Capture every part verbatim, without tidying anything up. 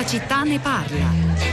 città ne parla.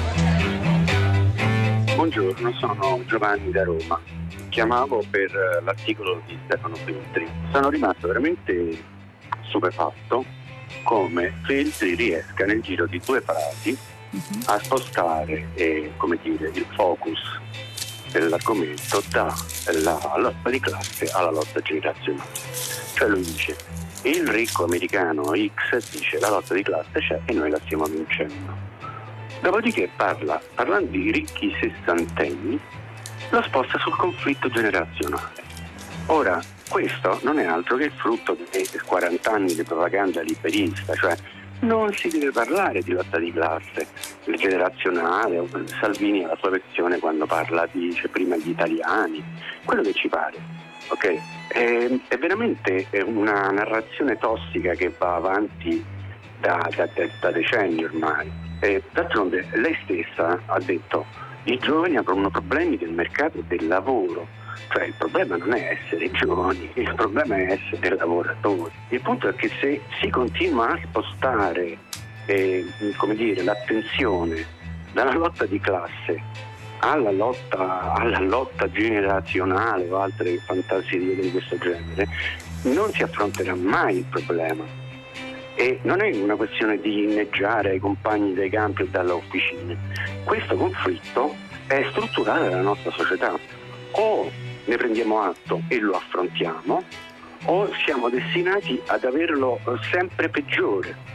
Buongiorno, sono Giovanni da Roma. Chiamavo per l'articolo di Stefano Feltri. Sono rimasto veramente stupefatto come Feltri riesca nel giro di due frasi uh-huh. a spostare eh, come dire, il focus dell'argomento dalla lotta di classe alla lotta generazionale. Cioè lui dice: il ricco americano X dice la lotta di classe c'è e noi la stiamo vincendo. Dopodiché parla, parlando di ricchi sessantenni, lo sposta sul conflitto generazionale. Ora, questo non è altro che il frutto dei quaranta anni di propaganda liberista, cioè non si deve parlare di lotta di classe generazionale. Salvini ha la sua versione quando parla, dice prima gli italiani, quello che ci pare, ok? È, è veramente una narrazione tossica che va avanti da, da, da decenni ormai. E d'altronde lei stessa ha detto: i giovani avranno problemi del mercato del lavoro. Cioè il problema non è essere giovani, il problema è essere lavoratori. Il punto è che se si continua a spostare eh, come dire, l'attenzione dalla lotta di classe alla lotta, alla lotta generazionale o altre fantasie di questo genere, non si affronterà mai il problema. E non è una questione di inneggiare ai compagni dei campi o dalle officine. Questo conflitto è strutturale nella nostra società. O ne prendiamo atto e lo affrontiamo, o siamo destinati ad averlo sempre peggiore.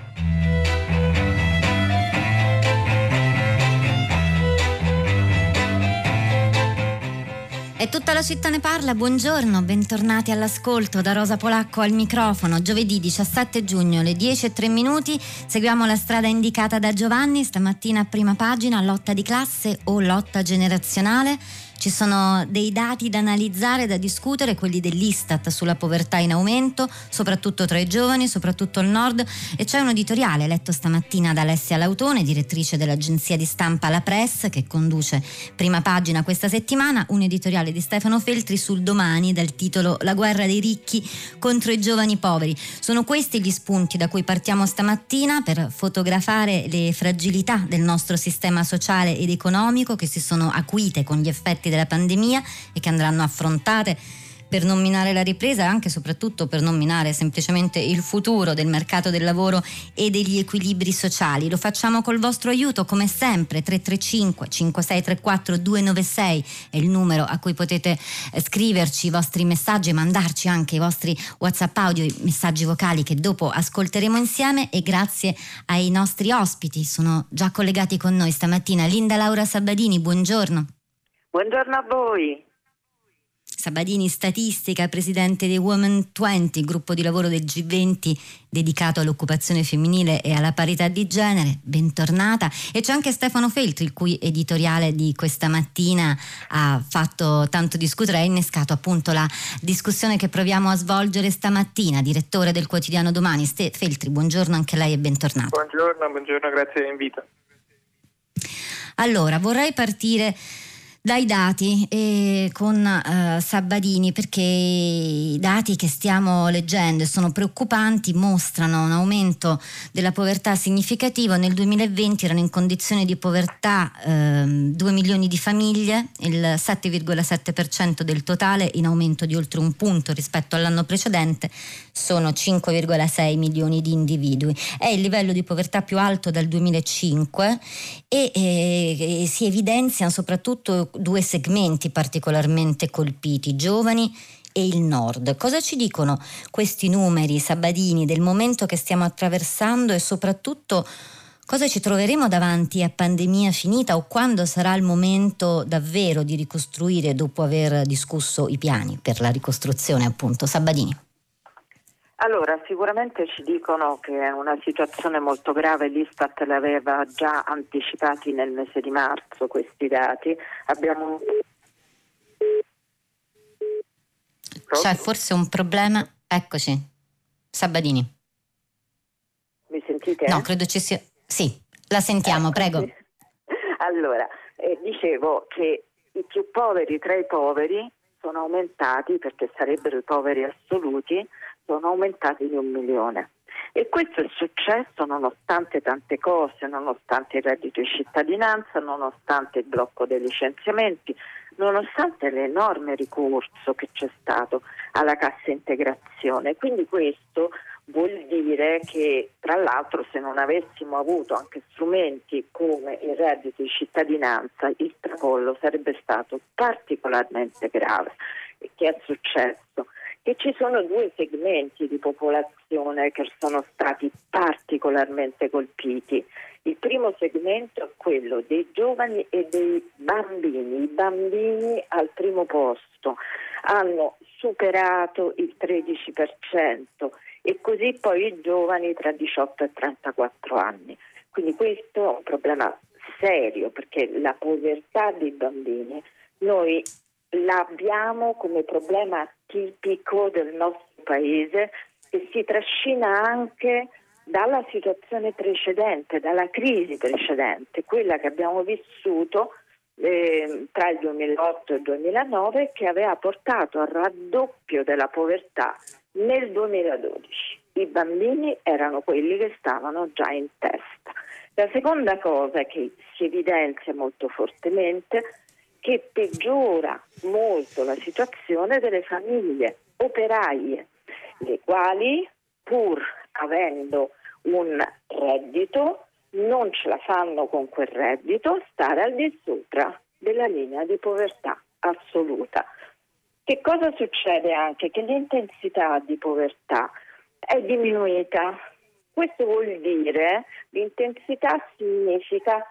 E tutta la città ne parla, buongiorno, bentornati all'ascolto da Rosa Polacco al microfono. Giovedì diciassette giugno, alle dieci e tre minuti, seguiamo la strada indicata da Giovanni. Stamattina a prima pagina, lotta di classe o lotta generazionale. Ci sono dei dati da analizzare, da discutere, quelli dell'Istat sulla povertà in aumento, soprattutto tra i giovani, soprattutto al nord, e c'è un editoriale letto stamattina da Alessia Lautone, direttrice dell'agenzia di stampa La Press, che conduce prima pagina questa settimana, un editoriale di Stefano Feltri sul Domani dal titolo La guerra dei ricchi contro i giovani poveri. Sono questi gli spunti da cui partiamo stamattina per fotografare le fragilità del nostro sistema sociale ed economico che si sono acuite con gli effetti della pandemia e che andranno affrontate per non minare la ripresa e anche e soprattutto per non minare semplicemente il futuro del mercato del lavoro e degli equilibri sociali. Lo facciamo col vostro aiuto, come sempre. Tre tre cinque cinque sei tre quattro due nove sei è il numero a cui potete scriverci i vostri messaggi e mandarci anche i vostri WhatsApp audio, i messaggi vocali che dopo ascolteremo insieme. E grazie ai nostri ospiti, sono già collegati con noi stamattina. Linda Laura Sabadini, buongiorno. Buongiorno a voi. Sabadini, statistica, presidente dei Women venti, gruppo di lavoro del G venti dedicato all'occupazione femminile e alla parità di genere, bentornata. E c'è anche Stefano Feltri, il cui editoriale di questa mattina ha fatto tanto discutere, ha innescato appunto la discussione che proviamo a svolgere stamattina, direttore del quotidiano Domani. Ste- Feltri, buongiorno anche lei e bentornato. Buongiorno, buongiorno, grazie dell'invito. Allora, vorrei partire dai dati e con uh, Sabadini, perché i dati che stiamo leggendo sono preoccupanti, mostrano un aumento della povertà significativo. Nel duemilaventi erano in condizioni di povertà eh, due milioni di famiglie, il sette virgola sette per cento del totale, in aumento di oltre un punto rispetto all'anno precedente, sono cinque virgola sei milioni di individui. È il livello di povertà più alto dal duemilacinque e, e, e si evidenziano soprattutto due segmenti particolarmente colpiti: giovani e il nord. Cosa ci dicono questi numeri, Sabadini, del momento che stiamo attraversando e soprattutto cosa ci troveremo davanti a pandemia finita o quando sarà il momento davvero di ricostruire dopo aver discusso i piani per la ricostruzione, appunto? Sabadini. Allora, sicuramente ci dicono che è una situazione molto grave. L'Istat l'aveva già anticipati nel mese di marzo questi dati. Abbiamo C'è forse un problema? Eccoci. Sabadini. Mi sentite? No, credo ci sia. Sì, la sentiamo, Eccoci. Prego. Allora, eh, dicevo che i più poveri tra i poveri sono aumentati, perché sarebbero i poveri assoluti, sono aumentati di un milione. E questo è successo nonostante tante cose, nonostante il reddito di cittadinanza, nonostante il blocco dei licenziamenti, nonostante l'enorme ricorso che c'è stato alla cassa integrazione. Quindi questo vuol dire che, tra l'altro, se non avessimo avuto anche strumenti come il reddito di cittadinanza, il tracollo sarebbe stato particolarmente grave. E che è successo? Che ci sono due segmenti di popolazione che sono stati particolarmente colpiti. Il primo segmento è quello dei giovani e dei bambini. I bambini al primo posto hanno superato il tredici per cento e così poi i giovani tra diciotto e trentaquattro anni. Quindi questo è un problema serio, perché la povertà dei bambini noi l'abbiamo come problema tipico del nostro paese, che si trascina anche dalla situazione precedente, dalla crisi precedente, quella che abbiamo vissuto eh, tra il duemilaotto e il duemilanove, che aveva portato al raddoppio della povertà nel duemiladodici. I bambini erano quelli che stavano già in testa. La seconda cosa che si evidenzia molto fortemente, che peggiora molto la situazione delle famiglie operaie, le quali, pur avendo un reddito, non ce la fanno con quel reddito stare al di sopra della linea di povertà assoluta. Che cosa succede anche? Che l'intensità di povertà è diminuita. Questo vuol dire, l'intensità significa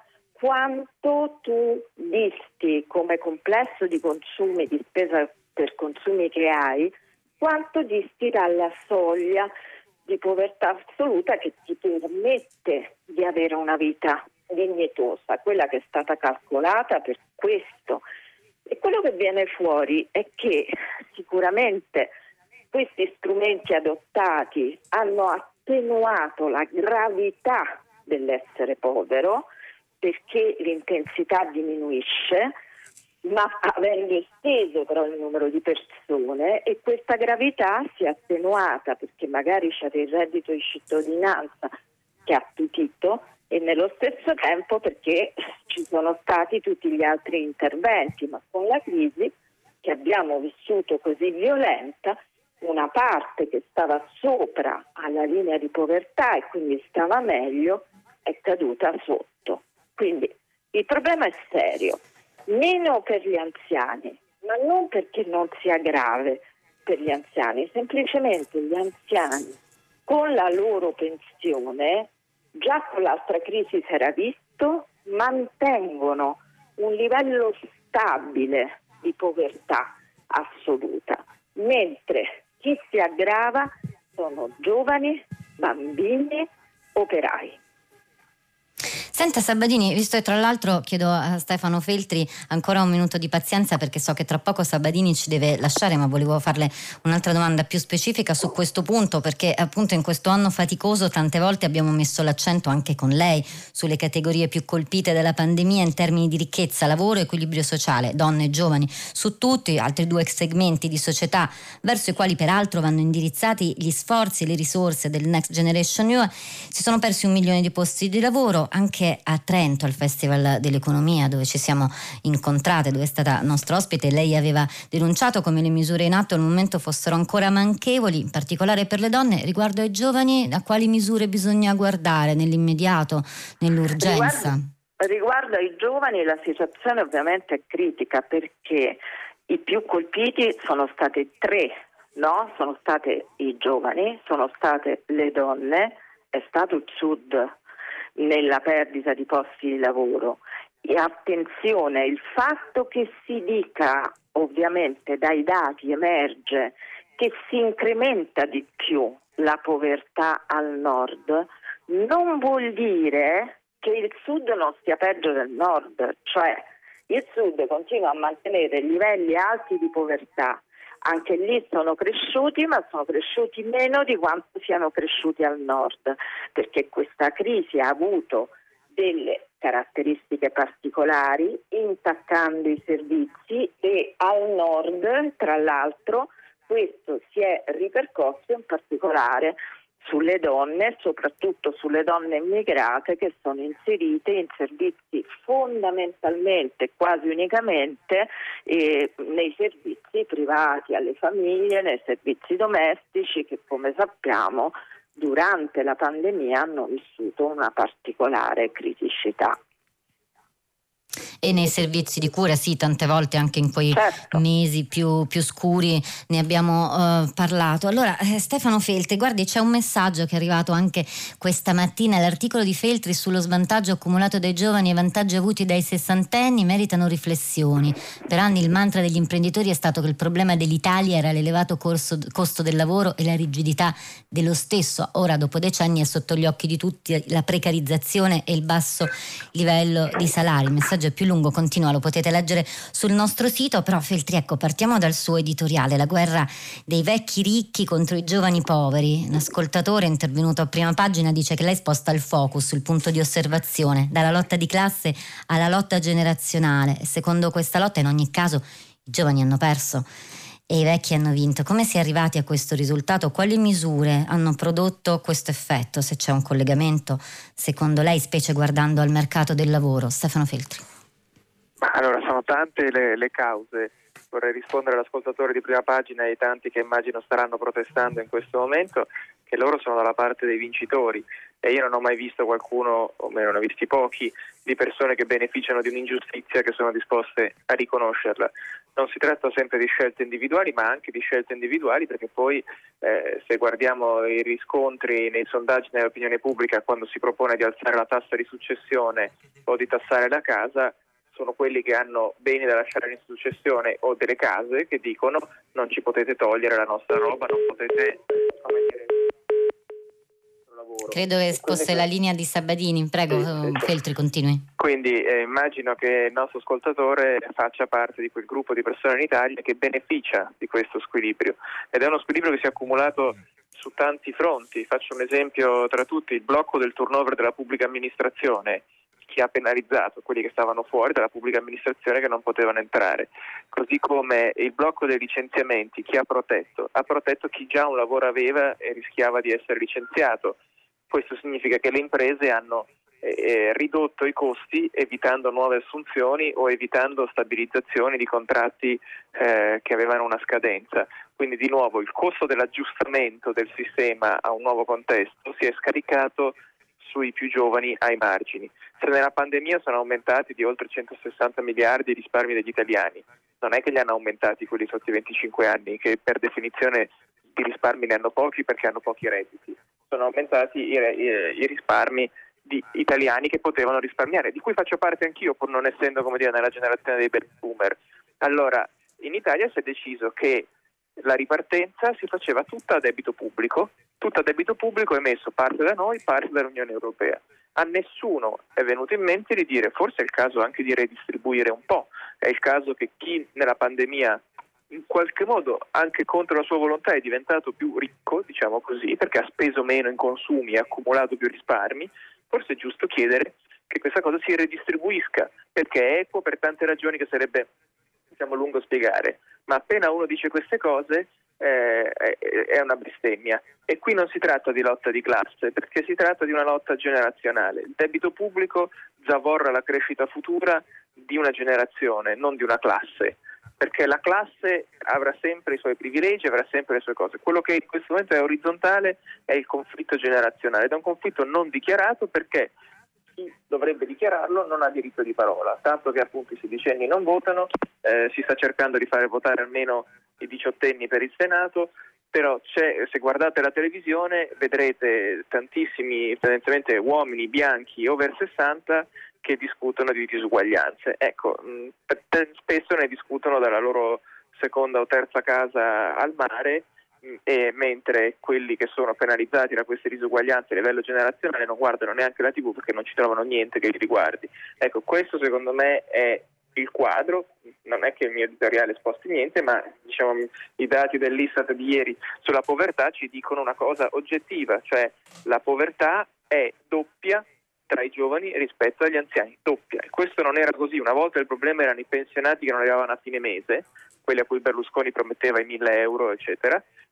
quanto tu disti come complesso di consumi, di spesa per consumi che hai, quanto disti dalla soglia di povertà assoluta che ti permette di avere una vita dignitosa, quella che è stata calcolata per questo. E quello che viene fuori è che sicuramente questi strumenti adottati hanno attenuato la gravità dell'essere povero, perché l'intensità diminuisce, ma avendo esteso però il numero di persone, e questa gravità si è attenuata perché magari c'era il reddito di cittadinanza che ha attutito, e nello stesso tempo perché ci sono stati tutti gli altri interventi, ma con la crisi che abbiamo vissuto così violenta, una parte che stava sopra alla linea di povertà e quindi stava meglio è caduta sotto. Quindi il problema è serio, meno per gli anziani, ma non perché non sia grave per gli anziani, semplicemente gli anziani con la loro pensione, già con l'altra crisi si era visto, mantengono un livello stabile di povertà assoluta, mentre chi si aggrava sono giovani, bambini, operai. Senta Sabadini, visto che tra l'altro chiedo a Stefano Feltri ancora un minuto di pazienza, perché so che tra poco Sabadini ci deve lasciare, ma volevo farle un'altra domanda più specifica su questo punto, perché appunto in questo anno faticoso tante volte abbiamo messo l'accento anche con lei sulle categorie più colpite dalla pandemia in termini di ricchezza, lavoro, equilibrio sociale, donne e giovani, su tutti altri due segmenti di società verso i quali peraltro vanno indirizzati gli sforzi e le risorse del Next Generation E U. Si sono persi un milione di posti di lavoro, anche a Trento al Festival dell'Economia dove ci siamo incontrate, dove è stata nostra ospite. Lei aveva denunciato come le misure in atto al momento fossero ancora manchevoli, in particolare per le donne. Riguardo ai giovani, a quali misure bisogna guardare nell'immediato, nell'urgenza? Riguardo, riguardo ai giovani la situazione ovviamente è critica, perché i più colpiti sono state tre, no? Sono state i giovani, sono state le donne, è stato il Sud nella perdita di posti di lavoro. E attenzione, il fatto che si dica, ovviamente dai dati emerge, che si incrementa di più la povertà al nord, non vuol dire che il Sud non stia peggio del nord, cioè il Sud continua a mantenere livelli alti di povertà. Anche lì sono cresciuti, ma sono cresciuti meno di quanto siano cresciuti al nord, perché questa crisi ha avuto delle caratteristiche particolari, intaccando i servizi, e al nord, tra l'altro, questo si è ripercosso in particolare sulle donne e soprattutto sulle donne immigrate che sono inserite in servizi fondamentalmente, quasi unicamente, eh, nei servizi privati alle famiglie, nei servizi domestici che, come sappiamo, durante la pandemia hanno vissuto una particolare criticità. E nei servizi di cura, sì, tante volte anche in quei certo. mesi più, più scuri ne abbiamo uh, parlato. Allora, eh, Stefano Feltri, guardi, c'è un messaggio che è arrivato anche questa mattina. L'articolo di Feltri sullo svantaggio accumulato dai giovani e i vantaggi avuti dai sessantenni meritano riflessioni. Per anni il mantra degli imprenditori è stato che il problema dell'Italia era l'elevato corso, costo del lavoro e la rigidità dello stesso. Ora, dopo decenni, è sotto gli occhi di tutti la precarizzazione e il basso livello di salari. Il messaggio è più lungo, continua, lo potete leggere sul nostro sito. Però Feltri, ecco, partiamo dal suo editoriale, la guerra dei vecchi ricchi contro i giovani poveri. Un ascoltatore intervenuto a Prima Pagina dice che lei sposta il focus, il punto di osservazione, dalla lotta di classe alla lotta generazionale. Secondo questa lotta in ogni caso i giovani hanno perso e i vecchi hanno vinto. Come si è arrivati a questo risultato? Quali misure hanno prodotto questo effetto? Se c'è un collegamento, secondo lei, specie guardando al mercato del lavoro. Stefano Feltri. Allora, sono tante le, le cause. Vorrei rispondere all'ascoltatore di Prima Pagina e ai tanti che immagino staranno protestando in questo momento, che loro sono dalla parte dei vincitori, e io non ho mai visto qualcuno, o meno ne ho visti pochi, di persone che beneficiano di un'ingiustizia che sono disposte a riconoscerla. Non si tratta sempre di scelte individuali, ma anche di scelte individuali, perché poi eh, se guardiamo i riscontri nei sondaggi nell'opinione pubblica quando si propone di alzare la tassa di successione o di tassare la casa, sono quelli che hanno beni da lasciare in successione o delle case che dicono non ci potete togliere la nostra roba, non potete, come dire, lavoro. Credo che fosse la linea di Sabadini, prego, sì, sì. Feltri, continui. Quindi eh, immagino che il nostro ascoltatore faccia parte di quel gruppo di persone in Italia che beneficia di questo squilibrio, ed è uno squilibrio che si è accumulato su tanti fronti. Faccio un esempio tra tutti: il blocco del turnover della pubblica amministrazione, chi ha penalizzato quelli che stavano fuori dalla pubblica amministrazione che non potevano entrare, così come il blocco dei licenziamenti, chi ha protetto? Ha protetto chi già un lavoro aveva e rischiava di essere licenziato. Questo significa che le imprese hanno eh, ridotto i costi evitando nuove assunzioni o evitando stabilizzazioni di contratti eh, che avevano una scadenza. Quindi di nuovo il costo dell'aggiustamento del sistema a un nuovo contesto si è scaricato sui più giovani ai margini. Se nella pandemia sono aumentati di oltre centosessanta miliardi i risparmi degli italiani, non è che li hanno aumentati quelli sotto i venticinque anni, che per definizione di risparmi ne hanno pochi perché hanno pochi redditi. Sono aumentati i, i, i risparmi di italiani che potevano risparmiare, di cui faccio parte anch'io, pur non essendo, come dire, nella generazione dei baby boomer. Allora, in Italia si è deciso che la ripartenza si faceva tutta a debito pubblico, tutta a debito pubblico emesso parte da noi, parte dall'Unione Europea. A nessuno è venuto in mente di dire forse è il caso anche di redistribuire un po', è il caso che chi nella pandemia in qualche modo anche contro la sua volontà è diventato più ricco, diciamo così, perché ha speso meno in consumi e ha accumulato più risparmi, forse è giusto chiedere che questa cosa si redistribuisca, perché è equo per tante ragioni che sarebbe, diciamo, lungo spiegare, ma appena uno dice queste cose eh, è una bestemmia. E qui non si tratta di lotta di classe, perché si tratta di una lotta generazionale. Il debito pubblico zavorra la crescita futura di una generazione, non di una classe, perché la classe avrà sempre i suoi privilegi, avrà sempre le sue cose. Quello che in questo momento è orizzontale è il conflitto generazionale, ed è un conflitto non dichiarato perché chi dovrebbe dichiararlo non ha diritto di parola, tanto che appunto i sedicenni non votano, eh, si sta cercando di fare votare almeno i diciottenni per il Senato, però c'è, se guardate la televisione vedrete tantissimi tendenzialmente uomini bianchi over sessanta che discutono di disuguaglianze. Ecco, mh, spesso ne discutono dalla loro seconda o terza casa al mare, mh, e mentre quelli che sono penalizzati da queste disuguaglianze a livello generazionale non guardano neanche la tivù perché non ci trovano niente che li riguardi. Ecco, questo secondo me è il quadro. Non è che il mio editoriale sposti niente, ma diciamo i dati dell'Istat di ieri sulla povertà ci dicono una cosa oggettiva, cioè la povertà è doppia tra i giovani rispetto agli anziani, doppia. E questo non era così. Una volta il problema erano i pensionati che non arrivavano a fine mese, quelli a cui Berlusconi prometteva i mille euro, eccetera.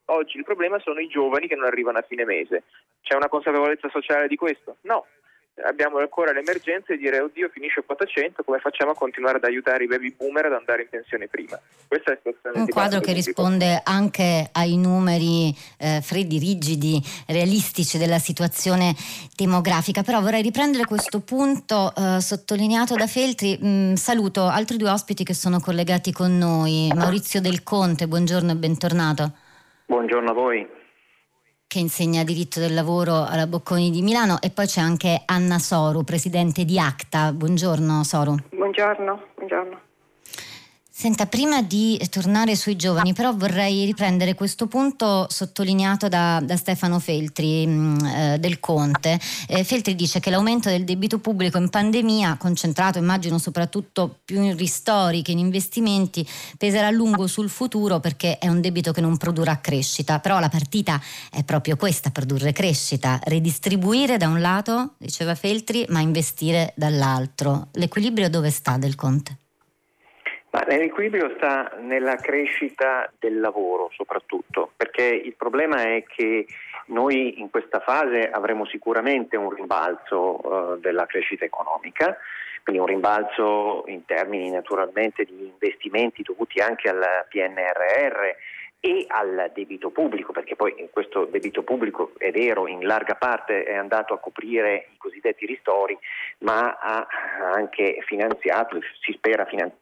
Oggi il problema sono i giovani che non arrivano a fine mese. C'è una consapevolezza sociale di questo? No. Abbiamo ancora l'emergenza di dire oddio finisce quota cento, come facciamo a continuare ad aiutare i baby boomer ad andare in pensione prima? Questa è la situazione. Un quadro che risponde anche ai numeri eh, freddi, rigidi, realistici della situazione demografica. Però vorrei riprendere questo punto eh, sottolineato da Feltri. Mm, saluto altri due ospiti che sono collegati con noi. Maurizio Del Conte, buongiorno e bentornato. Buongiorno a voi. Che insegna diritto del lavoro alla Bocconi di Milano, e poi c'è anche Anna Soru, presidente di ACTA. Buongiorno Soru. Buongiorno, buongiorno. Senta, prima di tornare sui giovani, però vorrei riprendere questo punto sottolineato da, da Stefano Feltri mh, eh, del Conte. Eh, Feltri dice che l'aumento del debito pubblico in pandemia, concentrato immagino soprattutto più in ristori che in investimenti, peserà a lungo sul futuro perché è un debito che non produrrà crescita. Però la partita è proprio questa, produrre crescita, redistribuire da un lato, diceva Feltri, ma investire dall'altro. L'equilibrio dove sta del Conte? Ma l'equilibrio sta nella crescita del lavoro soprattutto, perché il problema è che noi in questa fase avremo sicuramente un rimbalzo uh, della crescita economica, quindi un rimbalzo in termini naturalmente di investimenti dovuti anche al P N R R e al debito pubblico, perché poi questo debito pubblico è vero in larga parte è andato a coprire i cosiddetti ristori, ma ha anche finanziato, si spera finanziato.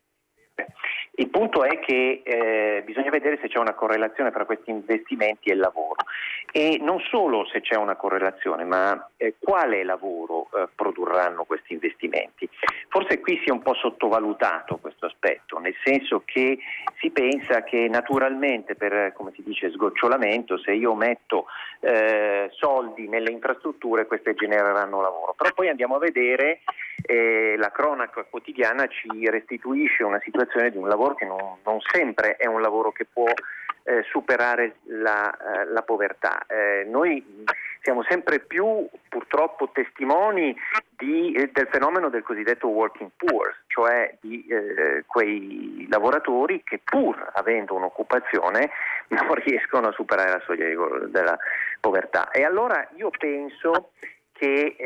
Il punto è che eh, bisogna vedere se c'è una correlazione tra questi investimenti e il lavoro, e non solo se c'è una correlazione, ma eh, quale lavoro eh, produrranno questi investimenti. Forse qui si è un po' sottovalutato questo aspetto, nel senso che si pensa che naturalmente per, come si dice, sgocciolamento, se io metto eh, soldi nelle infrastrutture queste genereranno lavoro, però poi andiamo a vedere eh, la cronaca quotidiana ci restituisce una situazione di un lavoro che non, non sempre è un lavoro che può eh, superare la, eh, la povertà. Eh, noi siamo sempre più purtroppo testimoni di, eh, del fenomeno del cosiddetto working poor, cioè di eh, quei lavoratori che pur avendo un'occupazione non riescono a superare la soglia della povertà. E allora io penso che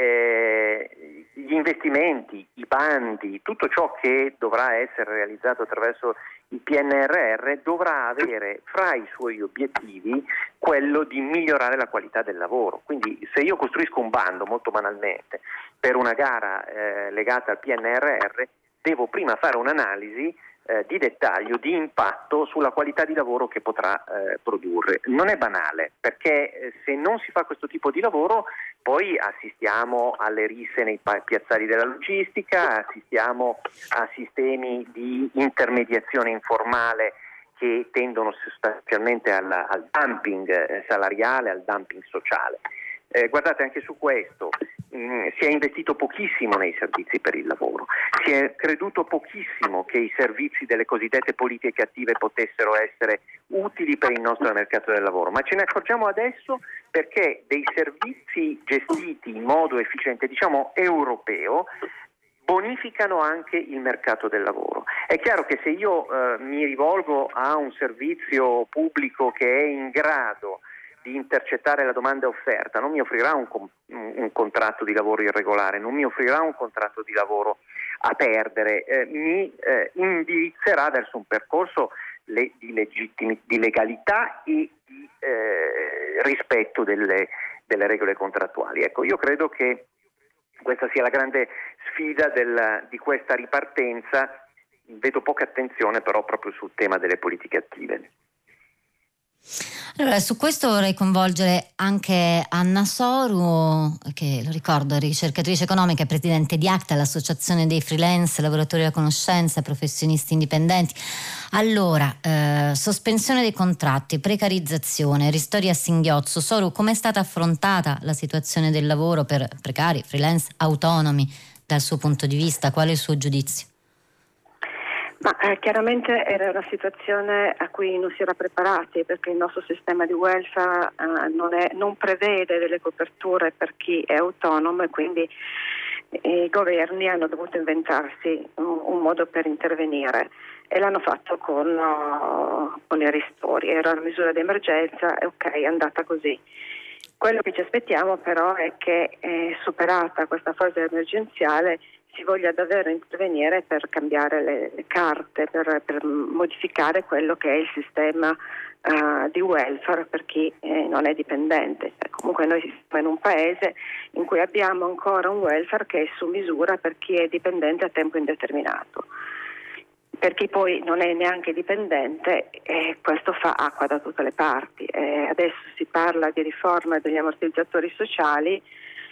eh, gli investimenti, i bandi, tutto ciò che dovrà essere realizzato attraverso il P N R R dovrà avere fra i suoi obiettivi quello di migliorare la qualità del lavoro. Quindi se io costruisco un bando, molto banalmente, per una gara eh, legata al P N R R, devo prima fare un'analisi eh, di dettaglio, di impatto sulla qualità di lavoro che potrà eh, produrre. Non è banale, perché eh, se non si fa questo tipo di lavoro poi assistiamo alle risse nei piazzali della logistica, assistiamo a sistemi di intermediazione informale che tendono sostanzialmente al, al dumping eh, salariale, al dumping sociale. Eh, guardate, anche su questo mh, si è investito pochissimo nei servizi per il lavoro, si è creduto pochissimo che i servizi delle cosiddette politiche attive potessero essere utili per il nostro mercato del lavoro, ma ce ne accorgiamo adesso perché dei servizi gestiti in modo efficiente, diciamo europeo, bonificano anche il mercato del lavoro. È chiaro che se io eh, mi rivolgo a un servizio pubblico che è in grado di intercettare la domanda e offerta, non mi offrirà un, un contratto di lavoro irregolare, non mi offrirà un contratto di lavoro a perdere, eh, mi eh, indirizzerà verso un percorso le, di, legittimi, di legalità e di eh, rispetto delle, delle regole contrattuali. Ecco, io credo che questa sia la grande sfida del, di questa ripartenza. Vedo poca attenzione però proprio sul tema delle politiche attive. Allora, su questo vorrei coinvolgere anche Anna Soru, che lo ricordo è ricercatrice economica e presidente di ACTA, l'associazione dei freelance, lavoratori della conoscenza, professionisti indipendenti. Allora, eh, sospensione dei contratti, precarizzazione, ristori a singhiozzo. Soru, com'è stata affrontata la situazione del lavoro per precari, freelance, autonomi dal suo punto di vista? Qual è il suo giudizio? Ma eh, chiaramente era una situazione a cui non si era preparati, perché il nostro sistema di welfare eh, non, è, non prevede delle coperture per chi è autonomo, e quindi i governi hanno dovuto inventarsi un, un modo per intervenire. e l'hanno fatto con, uh, con i ristori. Era una misura di emergenza e ok, è andata così. Quello che ci aspettiamo però è che eh, superata questa fase emergenziale si voglia davvero intervenire per cambiare le, le carte, per, per modificare quello che è il sistema uh, di welfare per chi eh, non è dipendente. Cioè, comunque noi siamo in un paese in cui abbiamo ancora un welfare che è su misura per chi è dipendente a tempo indeterminato. Per chi poi non è neanche dipendente, eh, questo fa acqua da tutte le parti. Eh, adesso si parla di riforma degli ammortizzatori sociali,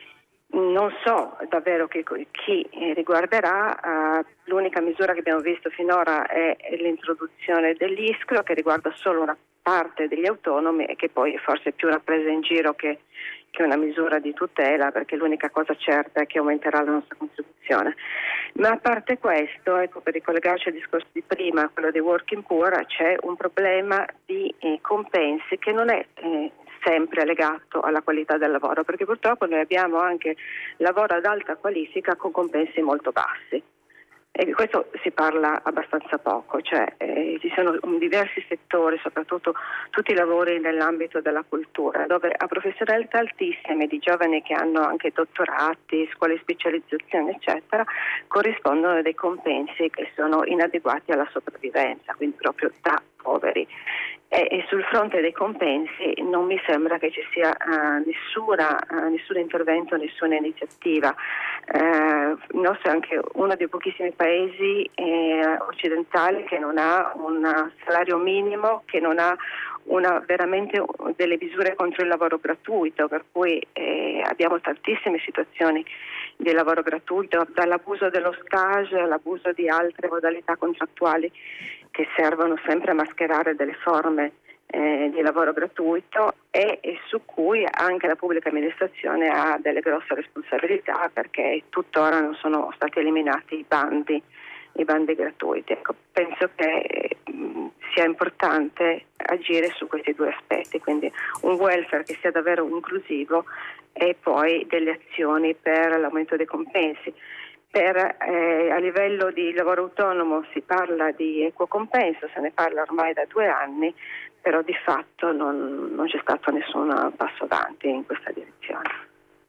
non so davvero chi, chi riguarderà. Uh, l'unica misura che abbiamo visto finora è, è l'introduzione dell'I S C R O, che riguarda solo una parte degli autonomi e che poi forse è più una presa in giro che, che una misura di tutela, perché l'unica cosa certa è che aumenterà la nostra contribuzione. Ma a parte questo, ecco, per ricollegarci al discorso di prima, quello dei working poor, c'è un problema di eh, compensi che non è eh, sempre legato alla qualità del lavoro, perché purtroppo noi abbiamo anche lavoro ad alta qualifica con compensi molto bassi. E di questo si parla abbastanza poco, cioè eh, ci sono diversi settori, soprattutto tutti i lavori nell'ambito della cultura, dove a professionalità altissime di giovani che hanno anche dottorati, scuole di specializzazione eccetera, corrispondono dei compensi che sono inadeguati alla sopravvivenza, quindi proprio da poveri. E, e sul fronte dei compensi non mi sembra che ci sia uh, nessuna, uh, nessun intervento, nessuna iniziativa. Uh, il nostro è anche uno dei pochissimi paesi eh, occidentali che non ha un salario minimo, che non ha una, veramente delle misure contro il lavoro gratuito, per cui eh, abbiamo tantissime situazioni di lavoro gratuito, dall'abuso dello stage all'abuso di altre modalità contrattuali che servono sempre a mascherare delle forme eh, di lavoro gratuito e, e su cui anche la pubblica amministrazione ha delle grosse responsabilità, perché tuttora non sono stati eliminati i bandi, i bandi gratuiti. Ecco, penso che mh, sia importante agire su questi due aspetti, quindi un welfare che sia davvero inclusivo e poi delle azioni per l'aumento dei compensi. Per, eh, a livello di lavoro autonomo si parla di equo compenso, se ne parla ormai da due anni, però di fatto non, non c'è stato nessun passo avanti in questa direzione.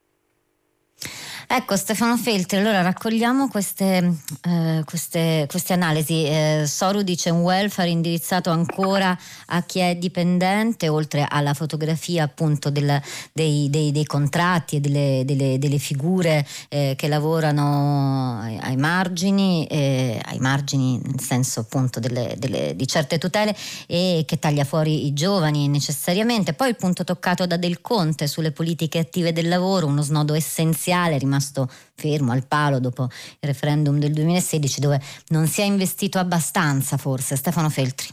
Ecco Stefano Feltri, allora raccogliamo queste, eh, queste, queste analisi. Eh, Soru dice un welfare indirizzato ancora a chi è dipendente, oltre alla fotografia appunto del, dei, dei, dei contratti e delle, delle, delle figure eh, che lavorano ai, ai margini, eh, ai margini nel senso appunto delle, delle, di certe tutele, e che taglia fuori i giovani necessariamente. Poi il punto toccato da Del Conte sulle politiche attive del lavoro, uno snodo essenziale rimasto fermo al palo dopo il referendum del duemilasedici, dove non si è investito abbastanza forse. Stefano Feltri.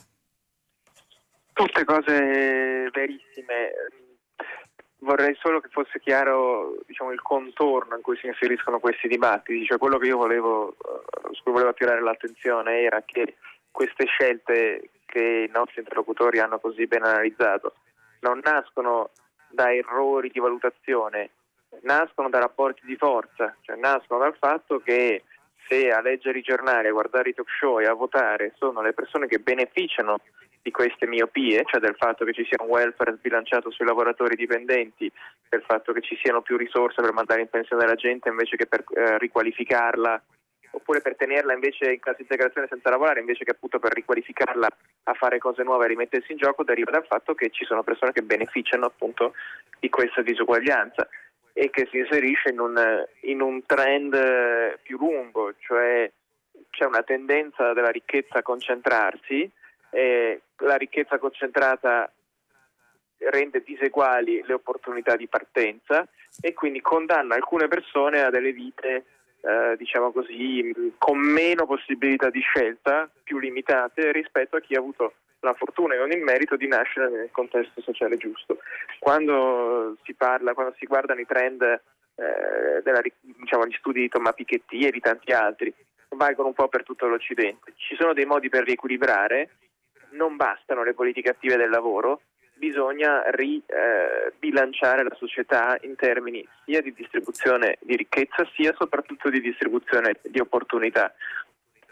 Tutte cose verissime. Vorrei solo che fosse chiaro, diciamo, il contorno in cui si inseriscono questi dibattiti. Cioè, quello che io volevo, su cui volevo attirare l'attenzione era che queste scelte che i nostri interlocutori hanno così ben analizzato non nascono da errori di valutazione, nascono da rapporti di forza, cioè nascono dal fatto che se a leggere i giornali, a guardare i talk show e a votare sono le persone che beneficiano di queste miopie, cioè del fatto che ci sia un welfare sbilanciato sui lavoratori dipendenti, del fatto che ci siano più risorse per mandare in pensione la gente invece che per eh, riqualificarla, oppure per tenerla invece in cassa integrazione senza lavorare, invece che appunto per riqualificarla a fare cose nuove e rimettersi in gioco, deriva dal fatto che ci sono persone che beneficiano appunto di questa disuguaglianza e che si inserisce in un, in un trend più lungo, cioè c'è una tendenza della ricchezza a concentrarsi, e la ricchezza concentrata rende diseguali le opportunità di partenza e quindi condanna alcune persone a delle vite eh, diciamo così con meno possibilità di scelta, più limitate rispetto a chi ha avuto la fortuna e non il merito di nascere nel contesto sociale giusto. Quando si parla, quando si guardano i trend eh, della, diciamo, gli studi di Thomas Piketty e di tanti altri, valgono un po' per tutto l'Occidente. Ci sono dei modi per riequilibrare, non bastano le politiche attive del lavoro, bisogna ribilanciare eh, la società in termini sia di distribuzione di ricchezza sia soprattutto di distribuzione di opportunità.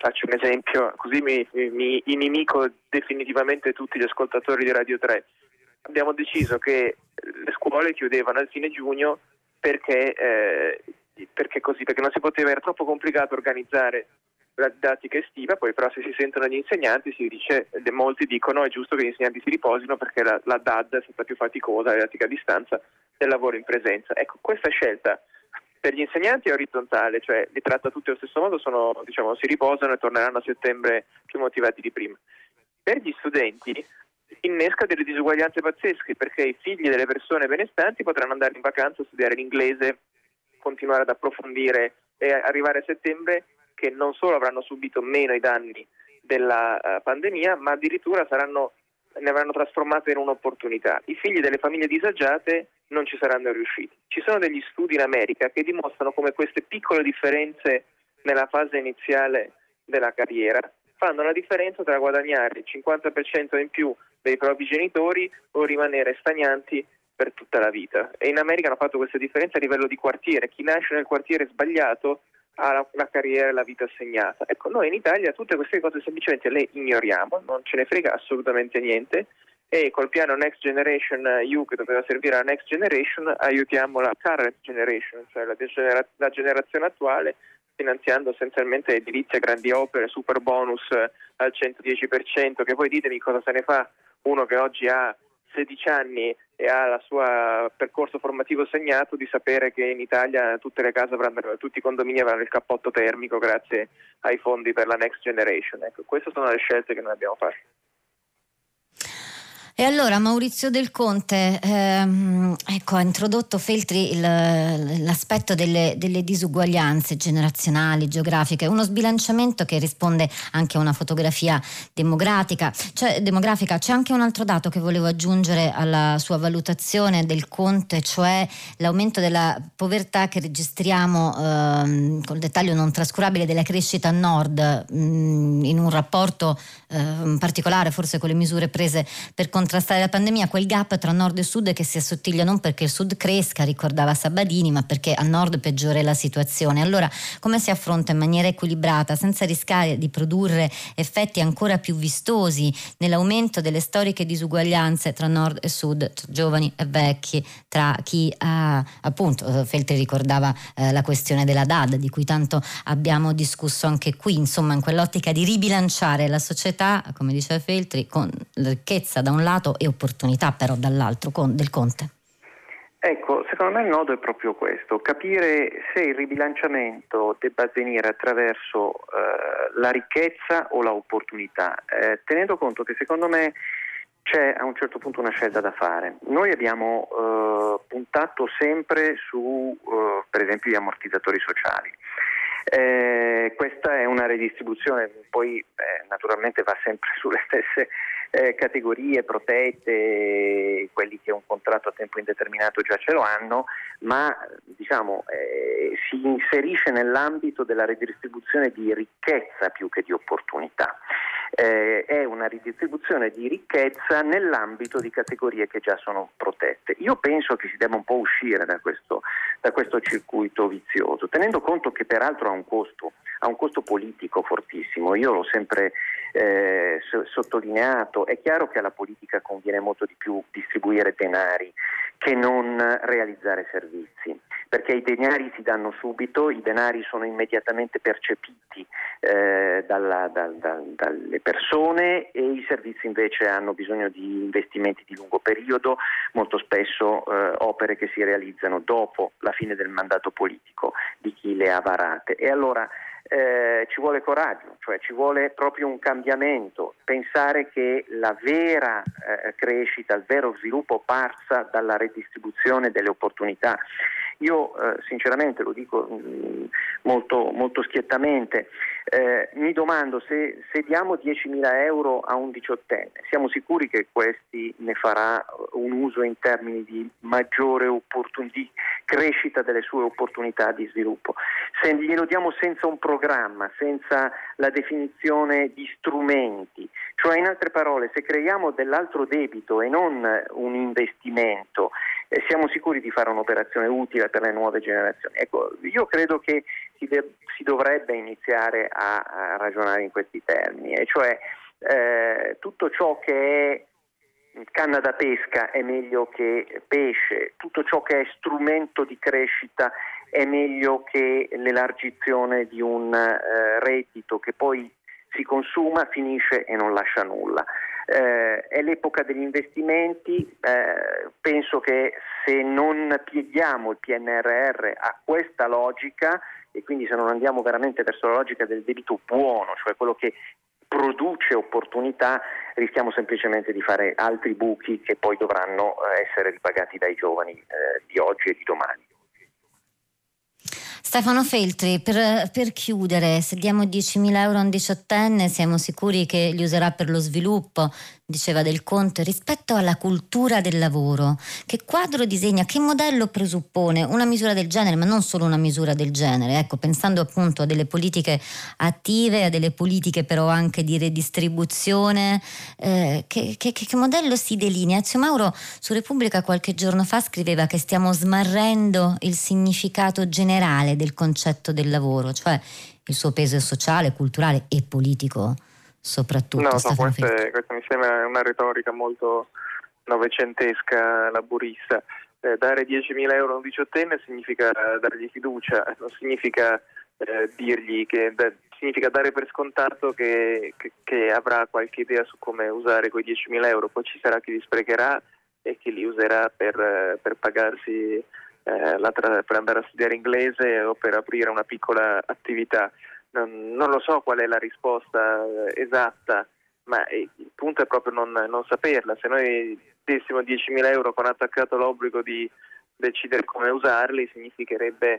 faccio un esempio, così mi, mi inimico definitivamente tutti gli ascoltatori di Radio tre. Abbiamo deciso che le scuole chiudevano al fine giugno perché, eh, perché così, perché non si poteva, era troppo complicato organizzare la didattica estiva. Poi però se si sentono gli insegnanti si dice, molti dicono è giusto che gli insegnanti si riposino perché la, la D A D è stata più faticosa, la didattica a distanza, del lavoro in presenza. Ecco, questa scelta per gli insegnanti è orizzontale, cioè li tratta tutti allo stesso modo, sono, diciamo, si riposano e torneranno a settembre più motivati di prima. Per gli studenti innesca delle disuguaglianze pazzesche, perché i figli delle persone benestanti potranno andare in vacanza a studiare l'inglese, continuare ad approfondire e arrivare a settembre che non solo avranno subito meno i danni della uh, pandemia, ma addirittura saranno, ne avranno trasformato in un'opportunità. I figli delle famiglie disagiate non ci saranno riusciti. Ci sono degli studi in America che dimostrano come queste piccole differenze nella fase iniziale della carriera fanno la differenza tra guadagnare il cinquanta per cento in più dei propri genitori o rimanere stagnanti per tutta la vita. E in America hanno fatto queste differenze a livello di quartiere. Chi nasce nel quartiere sbagliato ha la, la carriera e la vita assegnata. Ecco, noi in Italia tutte queste cose semplicemente le ignoriamo, non ce ne frega assolutamente niente, e col piano Next Generation E U, che doveva servire alla Next Generation, aiutiamo la current generation, cioè la, degenera- la generazione attuale, finanziando essenzialmente edilizia, grandi opere, super bonus al centodieci per cento, che poi ditemi cosa se ne fa uno che oggi ha sedici anni e ha il suo percorso formativo segnato di sapere che in Italia tutte le case avranno, tutti i condomini avranno il cappotto termico grazie ai fondi per la Next Generation. Ecco, queste sono le scelte che noi abbiamo fatto. E allora Maurizio Del Conte ehm, ecco, ha introdotto Feltri il, l'aspetto delle, delle disuguaglianze generazionali, geografiche, uno sbilanciamento che risponde anche a una fotografia demografica. Cioè, demografica. C'è anche un altro dato che volevo aggiungere alla sua valutazione Del Conte, cioè l'aumento della povertà che registriamo ehm, col dettaglio non trascurabile della crescita a nord, mh, in un rapporto eh, particolare forse con le misure prese per contrastare la pandemia, quel gap tra nord e sud che si assottiglia non perché il sud cresca, ricordava Sabadini, ma perché a nord peggiora la situazione. Allora, come si affronta in maniera equilibrata, senza rischiare di produrre effetti ancora più vistosi nell'aumento delle storiche disuguaglianze tra nord e sud, tra giovani e vecchi, tra chi ha, appunto, Feltri ricordava eh, la questione della D A D, di cui tanto abbiamo discusso anche qui, insomma, in quell'ottica di ribilanciare la società, come diceva Feltri, con ricchezza da un lato e opportunità però dall'altro, con Del Conte. Ecco, secondo me il nodo è proprio questo, capire se il ribilanciamento debba avvenire attraverso eh, la ricchezza o l'opportunità, eh, tenendo conto che secondo me c'è a un certo punto una scelta da fare. Noi abbiamo eh, puntato sempre su, eh, per esempio, gli ammortizzatori sociali. Eh, questa è una redistribuzione, poi eh, naturalmente va sempre sulle stesse eh, categorie protette, quelli che un contratto a tempo indeterminato già ce lo hanno, ma diciamo eh, si inserisce nell'ambito della redistribuzione di ricchezza più che di opportunità. Eh, è una ridistribuzione di ricchezza nell'ambito di categorie che già sono protette. Io penso che si debba un po' uscire da questo, da questo circuito vizioso, tenendo conto che peraltro ha un costo, ha un costo politico fortissimo. Io l'ho sempre eh, so- sottolineato, è chiaro che alla politica conviene molto di più distribuire denari che non realizzare servizi, perché i denari si danno subito, i denari sono immediatamente percepiti eh, dalla, dal, dal, dalle persone, e i servizi invece hanno bisogno di investimenti di lungo periodo, molto spesso eh, opere che si realizzano dopo la fine del mandato politico di chi le ha varate. E allora Eh, ci vuole coraggio, cioè ci vuole proprio un cambiamento, pensare che la vera eh, crescita, il vero sviluppo parsa dalla redistribuzione delle opportunità. Io eh, sinceramente lo dico mh, molto, molto schiettamente, eh, mi domando se, se diamo diecimila euro a un diciottenne, siamo sicuri che questi ne farà un uso in termini di maggiore opportun- di crescita delle sue opportunità di sviluppo? Se glielo diamo senza un programma, senza la definizione di strumenti, cioè in altre parole se creiamo dell'altro debito e non un investimento eh, siamo sicuri di fare un'operazione utile per le nuove generazioni? Ecco, io credo che si, de- si dovrebbe iniziare a, a ragionare in questi termini, e cioè eh, tutto ciò che è canna da pesca è meglio che pesce, tutto ciò che è strumento di crescita è meglio che l'elargizione di un eh, reddito che poi si consuma, finisce e non lascia nulla. Eh, è l'epoca degli investimenti, eh, penso che se non pieghiamo il P N R R a questa logica, e quindi se non andiamo veramente verso la logica del debito buono, cioè quello che produce opportunità, rischiamo semplicemente di fare altri buchi che poi dovranno essere ripagati dai giovani eh, di oggi e di domani. Stefano Feltri, per, per chiudere, se diamo diecimila euro a un diciottenne siamo sicuri che li userà per lo sviluppo, diceva Del Conte, rispetto alla cultura del lavoro. Che quadro disegna, che modello presuppone una misura del genere, ma non solo una misura del genere, ecco, pensando appunto a delle politiche attive, a delle politiche però anche di redistribuzione, eh, che, che, che modello si delinea? Ezio Mauro su Repubblica qualche giorno fa scriveva che stiamo smarrendo il significato generale del concetto del lavoro, cioè il suo peso sociale, culturale e politico soprattutto. No, no, questa, è, questa mi sembra una retorica molto novecentesca, laburista. Eh, dare diecimila euro a un diciottenne significa dargli fiducia, non significa eh, dirgli che da, significa dare per scontato che, che, che avrà qualche idea su come usare quei diecimila euro, poi ci sarà chi li sprecherà e chi li userà per, per pagarsi eh, la tra, per andare a studiare inglese o per aprire una piccola attività. Non, non lo so qual è la risposta esatta, ma il punto è proprio non, non saperla. Se noi dessimo diecimila euro con attaccato l'obbligo di decidere come usarli, significherebbe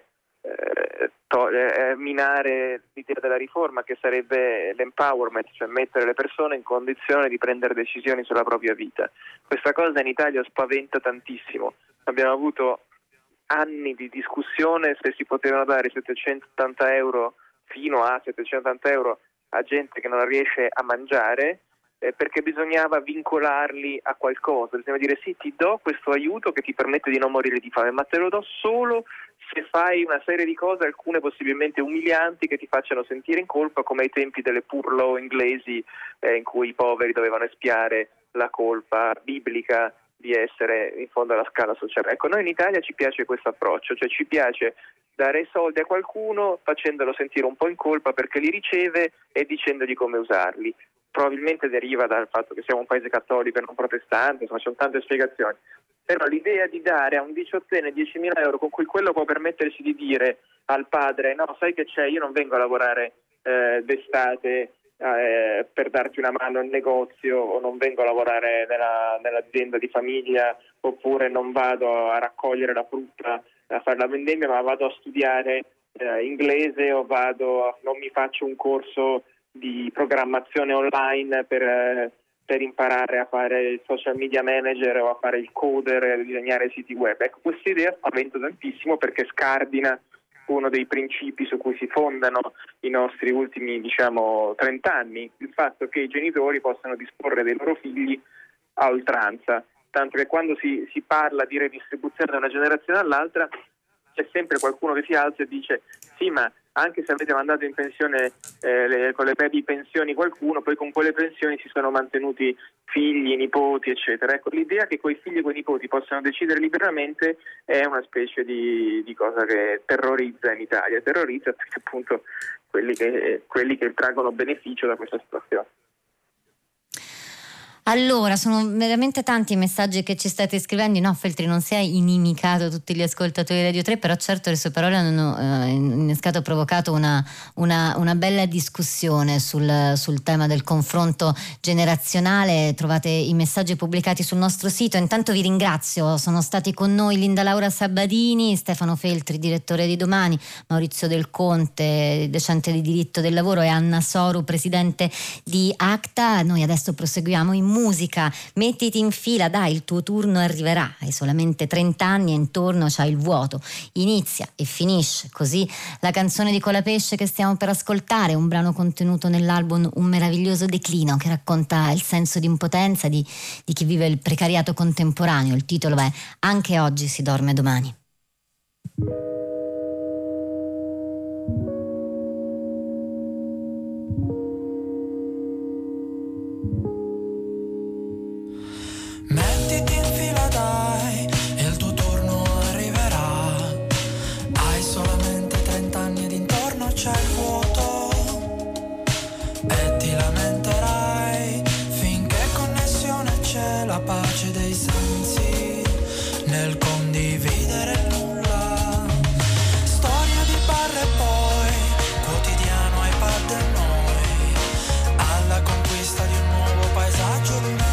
eh, to- eh, minare l'idea della riforma, che sarebbe l'empowerment, cioè mettere le persone in condizione di prendere decisioni sulla propria vita. Questa cosa in Italia spaventa tantissimo. Abbiamo avuto anni di discussione se si potevano dare settecentottanta euro fino a settecentottanta euro a gente che non riesce a mangiare, eh, perché bisognava vincolarli a qualcosa. Bisogna dire sì, ti do questo aiuto che ti permette di non morire di fame, ma te lo do solo se fai una serie di cose, alcune possibilmente umilianti, che ti facciano sentire in colpa, come ai tempi delle poor law inglesi, eh, in cui i poveri dovevano espiare la colpa biblica di essere in fondo alla scala sociale. Ecco, noi in Italia ci piace questo approccio, cioè ci piace dare soldi a qualcuno facendolo sentire un po' in colpa perché li riceve e dicendogli come usarli. Probabilmente deriva dal fatto che siamo un paese cattolico e non protestante, insomma ci sono tante spiegazioni. Però l'idea di dare a un diciottenne diecimila euro con cui quello può permettersi di dire al padre no, sai che c'è, io non vengo a lavorare eh, d'estate eh, per darti una mano in negozio, o non vengo a lavorare nella, nell'azienda di famiglia, oppure non vado a raccogliere la frutta a fare la vendemmia, ma vado a studiare eh, inglese, o vado a, non mi faccio un corso di programmazione online per, eh, per imparare a fare il social media manager o a fare il coder e a disegnare siti web. Ecco, questa idea spaventa tantissimo perché scardina uno dei principi su cui si fondano i nostri ultimi, diciamo, trent'anni, il fatto che i genitori possano disporre dei loro figli a oltranza. Tanto che quando si, si parla di redistribuzione da una generazione all'altra c'è sempre qualcuno che si alza e dice sì, ma anche se avete mandato in pensione eh, le, con le baby pensioni qualcuno, poi con quelle pensioni si sono mantenuti figli, nipoti, eccetera. Ecco, l'idea che quei figli e quei nipoti possano decidere liberamente è una specie di, di cosa che terrorizza in Italia, terrorizza perché appunto quelli che, quelli che traggono beneficio da questa situazione. Allora, sono veramente tanti i messaggi che ci state scrivendo. No, Feltri, non si è inimicato tutti gli ascoltatori di Radio tre, però certo le sue parole hanno eh, innescato, provocato una, una, una bella discussione sul, sul tema del confronto generazionale. Trovate i messaggi pubblicati sul nostro sito. Intanto vi ringrazio, sono stati con noi Linda Laura Sabadini, Stefano Feltri, direttore di Domani, Maurizio Del Conte, docente di diritto del lavoro, e Anna Soru, presidente di ACTA. Noi adesso proseguiamo in musica, mettiti in fila, dai, il tuo turno arriverà, hai solamente trenta anni e intorno c'hai il vuoto, inizia e finisce così la canzone di Colapesce che stiamo per ascoltare, un brano contenuto nell'album Un meraviglioso declino, che racconta il senso di impotenza di, di chi vive il precariato contemporaneo. Il titolo è Anche oggi si dorme domani. Mettiti in fila, dai, il tuo turno arriverà. Hai solamente trenta anni ed intorno c'è il vuoto e ti lamenterai finché connessione c'è, la pace dei sensi nel condividere il nulla. Storia di barre e poi quotidiano iPad e noi alla conquista di un nuovo paesaggio lunare.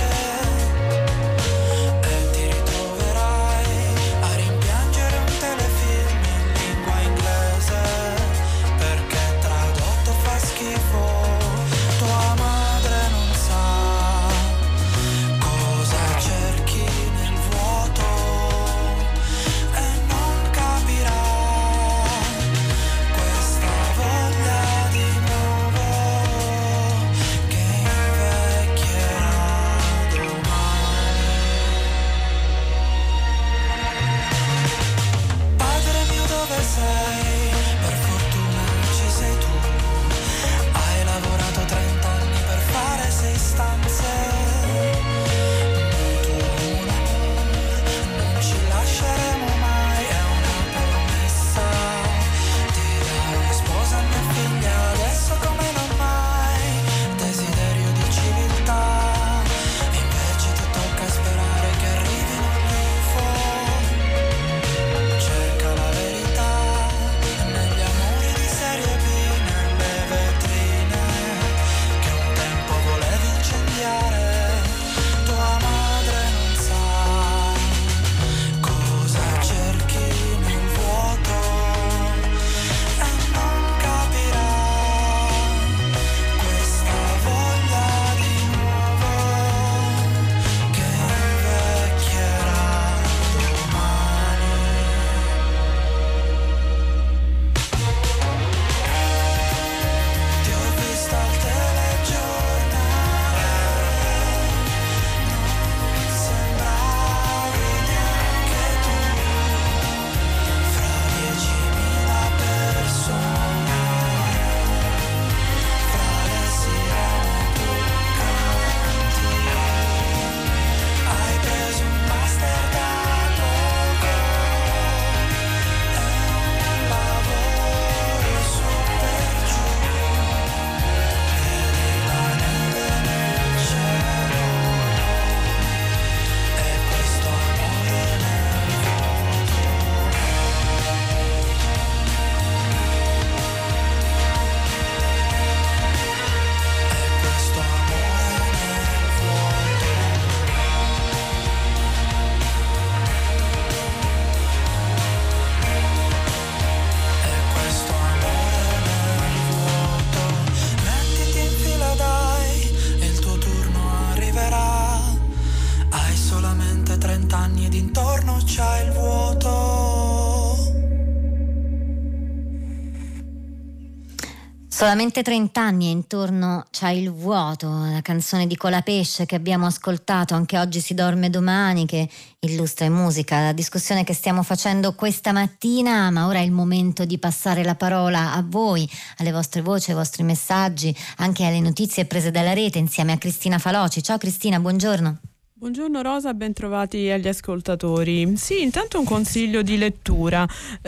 Solamente trenta anni e intorno c'ha il vuoto, la canzone di Colapesce che abbiamo ascoltato, Anche oggi si dorme domani, che illustra in musica la discussione che stiamo facendo questa mattina, ma ora è il momento di passare la parola a voi, alle vostre voci, ai vostri messaggi, anche alle notizie prese dalla rete insieme a Cristina Faloci. Ciao Cristina, buongiorno. Buongiorno Rosa, ben trovati agli ascoltatori. Sì, intanto un consiglio di lettura.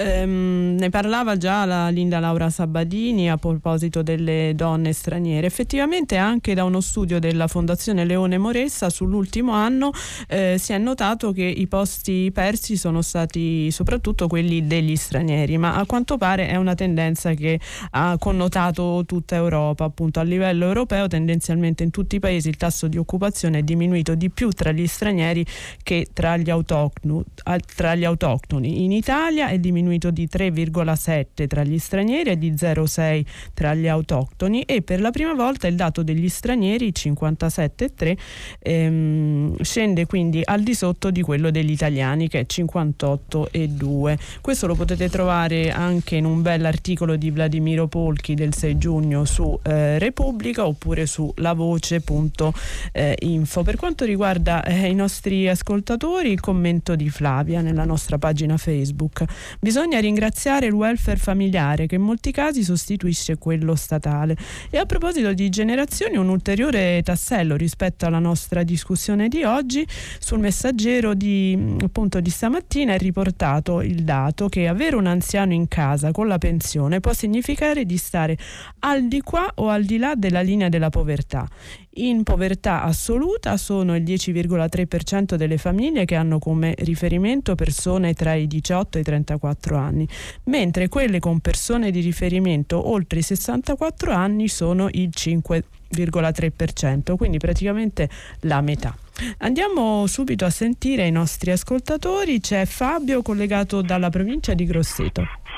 Ehm, ne parlava già la Linda Laura Sabadini a proposito delle donne straniere. Effettivamente anche da uno studio della Fondazione Leone Moressa sull'ultimo anno eh, si è notato che i posti persi sono stati soprattutto quelli degli stranieri, ma a quanto pare è una tendenza che ha connotato tutta Europa. Appunto, a livello europeo tendenzialmente in tutti i paesi il tasso di occupazione è diminuito di più tra tra gli stranieri che tra gli autoctoni. Tra gli autoctoni. In Italia è diminuito di tre virgola sette tra gli stranieri e di zero virgola sei tra gli autoctoni, e per la prima volta il dato degli stranieri, cinquantasette virgola tre, ehm, scende quindi al di sotto di quello degli italiani, che è cinquantotto virgola due. Questo lo potete trovare anche in un bell'articolo di Vladimiro Polchi del sei giugno su eh, Repubblica, oppure su lavoce punto info. Per quanto riguarda eh, i nostri ascoltatori, il commento di Flavia nella nostra pagina Facebook: bisogna ringraziare il welfare familiare, che in molti casi sostituisce quello statale. E a proposito di generazioni, un ulteriore tassello rispetto alla nostra discussione di oggi, sul Messaggero di, appunto, di stamattina è riportato il dato che avere un anziano in casa con la pensione può significare di stare al di qua o al di là della linea della povertà. In povertà assoluta sono il dieci virgola tre per cento delle famiglie che hanno come riferimento persone tra i diciotto e i trentaquattro anni, mentre quelle con persone di riferimento oltre i sessantaquattro anni sono il cinque virgola tre per cento, quindi praticamente la metà. Andiamo subito a sentire i nostri ascoltatori. C'è Fabio collegato dalla provincia di Grosseto.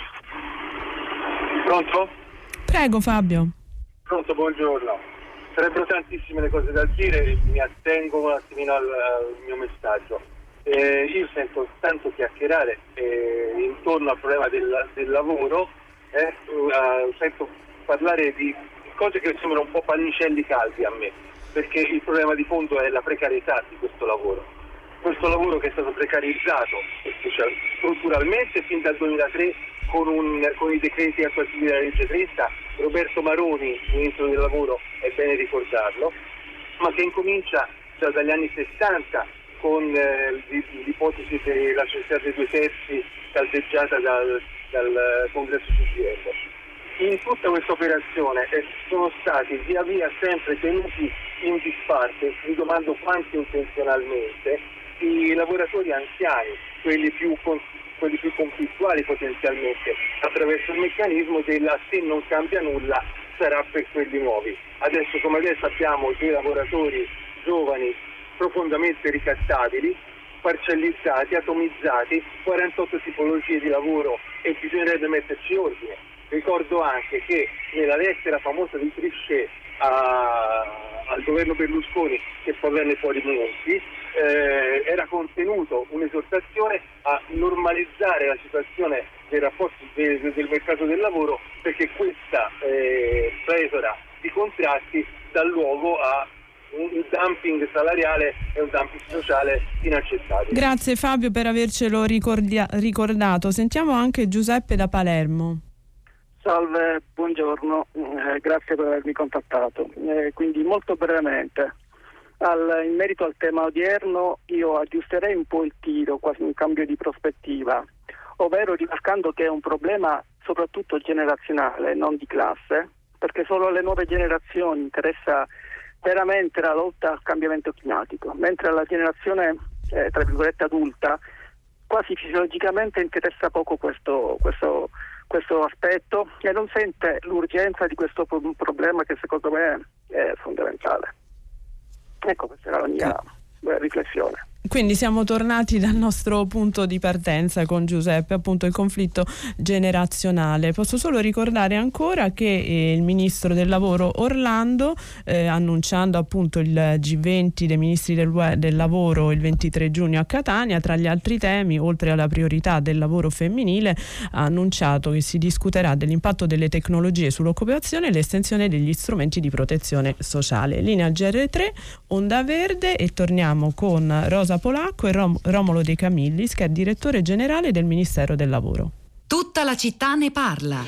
Pronto? Prego Fabio. Pronto, buongiorno. Sarebbero tantissime le cose da dire, mi attengo un attimino al, al mio messaggio. Eh, io sento tanto chiacchierare eh, intorno al problema del, del lavoro, eh, uh, sento parlare di cose che sembrano un po' pannicelli caldi a me, perché il problema di fondo è la precarietà di questo lavoro. Questo lavoro che è stato precarizzato cioè, strutturalmente fin dal duemilatré con, un, con i decreti attuativi della legge trenta, Roberto Maroni, ministro del lavoro, è bene ricordarlo, ma che incomincia già dagli anni sessanta con eh, l'ipotesi della necessità dei due terzi caldeggiata dal, dal congresso C G I L. In tutta questa operazione eh, sono stati via via sempre tenuti in disparte, mi domando quanti intenzionalmente, i lavoratori anziani, quelli più con, quelli più conflittuali potenzialmente, attraverso il meccanismo della se non cambia nulla sarà per quelli nuovi. Adesso come adesso abbiamo dei lavoratori giovani profondamente ricattabili, parcellizzati, atomizzati, quarantotto tipologie di lavoro e bisognerebbe metterci ordine. Ricordo anche che nella lettera famosa di Trichet a, al governo Berlusconi, che poi venne fuori Monti, eh, era contenuto un'esortazione a normalizzare la situazione dei rapporti de, de, del mercato del lavoro, perché questa eh, pletora di contratti dà luogo a un dumping salariale e un dumping sociale inaccettabile. Grazie Fabio per avercelo ricordia- ricordato. Sentiamo anche Giuseppe da Palermo. Salve, buongiorno, eh, grazie per avermi contattato. Eh, quindi molto brevemente, al, in merito al tema odierno, io aggiusterei un po' il tiro, quasi un cambio di prospettiva, ovvero rimarcando che è un problema soprattutto generazionale, non di classe, perché solo alle nuove generazioni interessa veramente la lotta al cambiamento climatico, mentre alla generazione, eh, tra virgolette, adulta, quasi fisiologicamente interessa poco questo, questo questo aspetto e non sente l'urgenza di questo problema che secondo me è fondamentale. Ecco, questa era la mia riflessione. Quindi siamo tornati dal nostro punto di partenza con Giuseppe, appunto il conflitto generazionale. Posso solo ricordare ancora che eh, il ministro del lavoro Orlando, eh, annunciando appunto il G venti dei ministri del, del lavoro il ventitré giugno a Catania, tra gli altri temi, oltre alla priorità del lavoro femminile, ha annunciato che si discuterà dell'impatto delle tecnologie sull'occupazione e l'estensione degli strumenti di protezione sociale. Linea G R tre, Onda Verde, e torniamo con Rosa Polacco e Rom- Romolo De Camillis, che è direttore generale del Ministero del Lavoro. Tutta la città ne parla.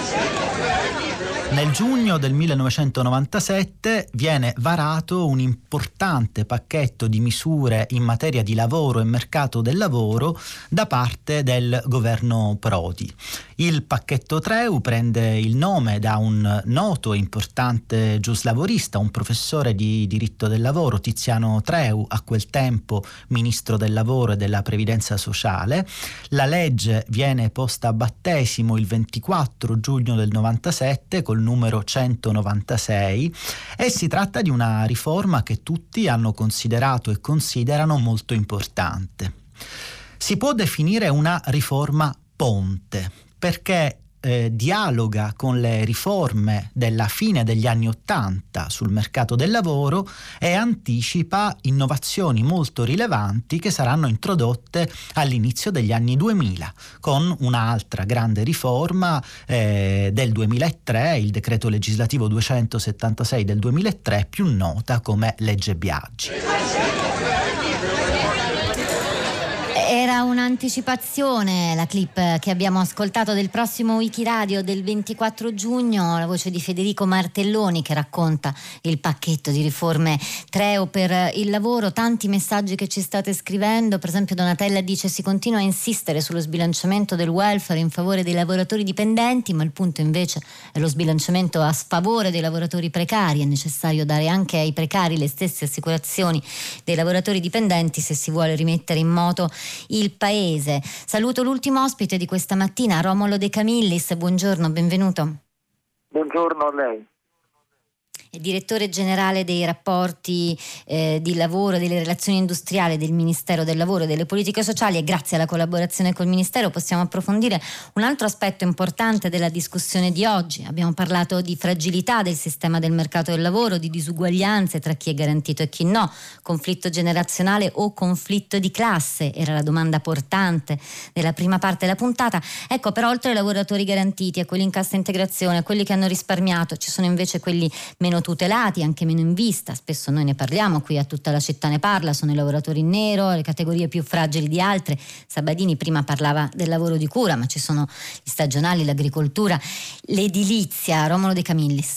Nel giugno del millenovecentonovantasette viene varato un importante pacchetto di misure in materia di lavoro e mercato del lavoro da parte del governo Prodi. Il pacchetto Treu prende il nome da un noto e importante giuslavorista, un professore di diritto del lavoro, Tiziano Treu, a quel tempo ministro del lavoro e della previdenza sociale. La legge viene posta a battesimo il ventiquattro giugno del novantasette col numero centonovantasei e si tratta di una riforma che tutti hanno considerato e considerano molto importante. Si può definire una riforma ponte perché eh, dialoga con le riforme della fine degli anni Ottanta sul mercato del lavoro e anticipa innovazioni molto rilevanti che saranno introdotte all'inizio degli anni duemila, con un'altra grande riforma eh, del duemilatré, il decreto legislativo duecentosettantasei del duemilatré, più nota come legge Biagi. Era un'anticipazione la clip che abbiamo ascoltato del prossimo Wikiradio del ventiquattro giugno, la voce di Federico Martelloni che racconta il pacchetto di riforme Treu per il lavoro. Tanti messaggi che ci state scrivendo, per esempio Donatella dice: si continua a insistere sullo sbilanciamento del welfare in favore dei lavoratori dipendenti, ma il punto invece è lo sbilanciamento a sfavore dei lavoratori precari. È necessario dare anche ai precari le stesse assicurazioni dei lavoratori dipendenti se si vuole rimettere in moto il paese. Saluto l'ultimo ospite di questa mattina, Romolo De Camillis. Buongiorno, benvenuto. Buongiorno a lei. È direttore generale dei rapporti eh, di lavoro e delle relazioni industriali del Ministero del Lavoro e delle Politiche Sociali, e grazie alla collaborazione col Ministero possiamo approfondire un altro aspetto importante della discussione di oggi. Abbiamo parlato di fragilità del sistema del mercato del lavoro, di disuguaglianze tra chi è garantito e chi no, conflitto generazionale o conflitto di classe, era la domanda portante della prima parte della puntata. Ecco, però oltre ai lavoratori garantiti, a quelli in cassa integrazione, a quelli che hanno risparmiato, ci sono invece quelli meno tutelati, anche meno in vista. Spesso noi ne parliamo qui a Tutta la città ne parla, sono i lavoratori in nero, le categorie più fragili di altre. Sabadini prima parlava del lavoro di cura, ma ci sono gli stagionali, l'agricoltura, l'edilizia. Romolo De Camillis.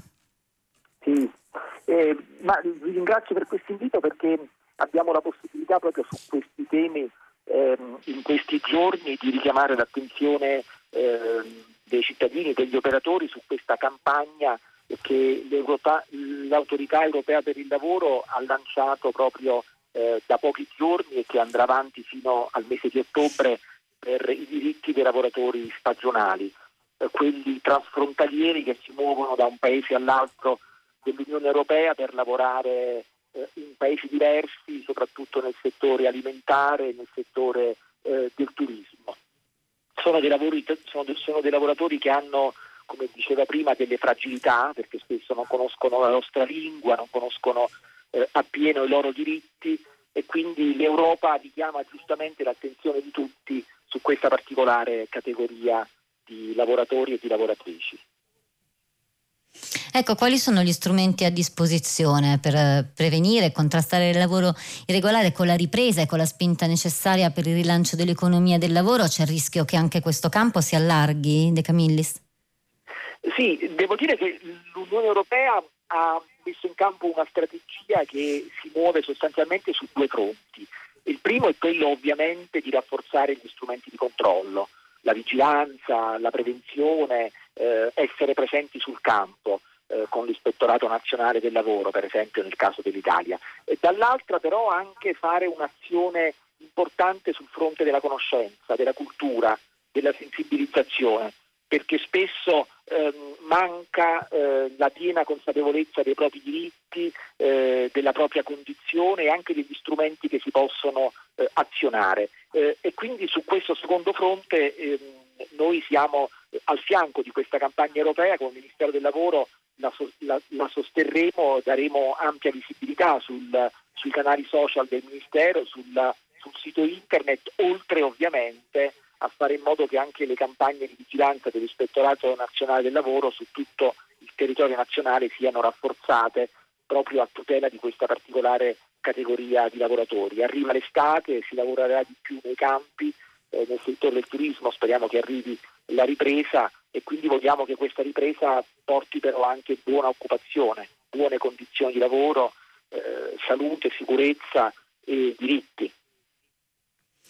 Sì, eh, ma vi ringrazio per questo invito, perché abbiamo la possibilità proprio su questi temi ehm, in questi giorni di richiamare l'attenzione ehm, dei cittadini, degli operatori su questa campagna che l'Autorità Europea per il Lavoro ha lanciato proprio eh, da pochi giorni e che andrà avanti fino al mese di ottobre per i diritti dei lavoratori stagionali, eh, quelli transfrontalieri che si muovono da un paese all'altro dell'Unione Europea per lavorare eh, in paesi diversi, soprattutto nel settore alimentare e nel settore eh, del turismo. Sono dei, lavori, sono, sono dei lavoratori che hanno, come diceva prima, delle fragilità, perché spesso non conoscono la nostra lingua, non conoscono eh, appieno i loro diritti, e quindi l'Europa richiama giustamente l'attenzione di tutti su questa particolare categoria di lavoratori e di lavoratrici. Ecco, quali sono gli strumenti a disposizione per prevenire e contrastare il lavoro irregolare? Con la ripresa e con la spinta necessaria per il rilancio dell'economia del lavoro c'è il rischio che anche questo campo si allarghi, De Camillis? Sì, devo dire che l'Unione Europea ha messo in campo una strategia che si muove sostanzialmente su due fronti. Il primo è quello ovviamente di rafforzare gli strumenti di controllo, la vigilanza, la prevenzione, eh, essere presenti sul campo eh, con l'Ispettorato Nazionale del Lavoro, per esempio nel caso dell'Italia. E dall'altra però anche fare un'azione importante sul fronte della conoscenza, della cultura, della sensibilizzazione, perché spesso ehm, manca eh, la piena consapevolezza dei propri diritti, eh, della propria condizione e anche degli strumenti che si possono eh, azionare. Eh, e quindi su questo secondo fronte ehm, noi siamo al fianco di questa campagna europea. Con il Ministero del Lavoro la, la, la sosterremo, daremo ampia visibilità sul, sui canali social del Ministero, sul, sul sito internet, oltre ovviamente a fare in modo che anche le campagne di vigilanza dell'Ispettorato Nazionale del Lavoro su tutto il territorio nazionale siano rafforzate proprio a tutela di questa particolare categoria di lavoratori. Arriva l'estate, si lavorerà di più nei campi, eh, nel settore del turismo, speriamo che arrivi la ripresa, e quindi vogliamo che questa ripresa porti però anche buona occupazione, buone condizioni di lavoro, eh, salute, sicurezza e diritti.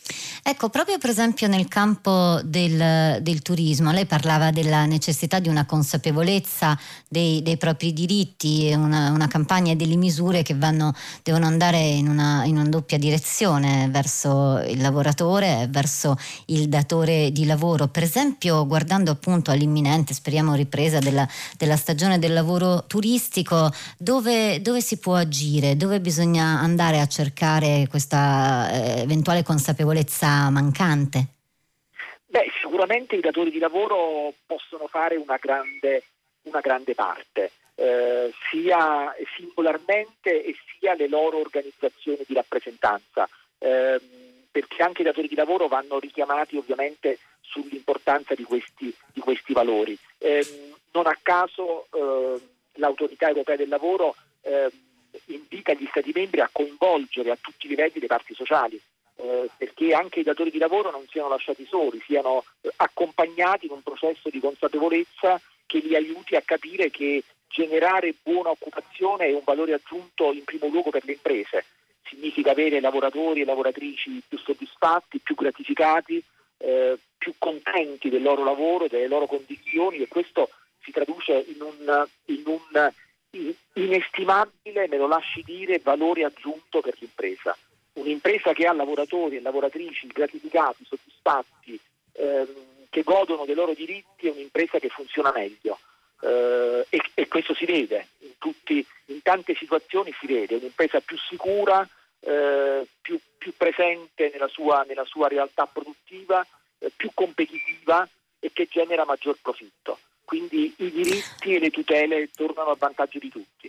Ecco, proprio per esempio nel campo del, del turismo, lei parlava della necessità di una consapevolezza dei, dei propri diritti, una, una campagna e delle misure che vanno, devono andare in una, in una doppia direzione verso il lavoratore e verso il datore di lavoro. Per esempio, guardando appunto all'imminente, speriamo, ripresa della, della stagione del lavoro turistico, dove, dove si può agire, dove bisogna andare a cercare questa eh, eventuale consapevolezza mancante? Beh, sicuramente i datori di lavoro possono fare una grande, una grande parte, eh, sia singolarmente e sia le loro organizzazioni di rappresentanza, eh, perché anche i datori di lavoro vanno richiamati ovviamente sull'importanza di questi, di questi valori. Eh, non a caso eh, l'Autorità Europea del Lavoro eh, invita gli Stati membri a coinvolgere a tutti i livelli le parti sociali, eh, perché anche i datori di lavoro non siano lasciati soli, siano eh, accompagnati in un processo di consapevolezza che li aiuti a capire che generare buona occupazione è un valore aggiunto in primo luogo per le imprese. Significa avere lavoratori e lavoratrici più soddisfatti, più gratificati, eh, più contenti del loro lavoro, delle loro condizioni, e questo si traduce in un, in un inestimabile, me lo lasci dire, valore aggiunto per l'impresa. Un'impresa che ha lavoratori e lavoratrici gratificati, soddisfatti, ehm, che godono dei loro diritti, è un'impresa che funziona meglio. Eh, e, e questo si vede in, tutti, in tante situazioni, si vede un'impresa più sicura, eh, più, più presente nella sua, nella sua realtà produttiva, eh, più competitiva e che genera maggior profitto. Quindi i diritti e le tutele tornano a vantaggio di tutti.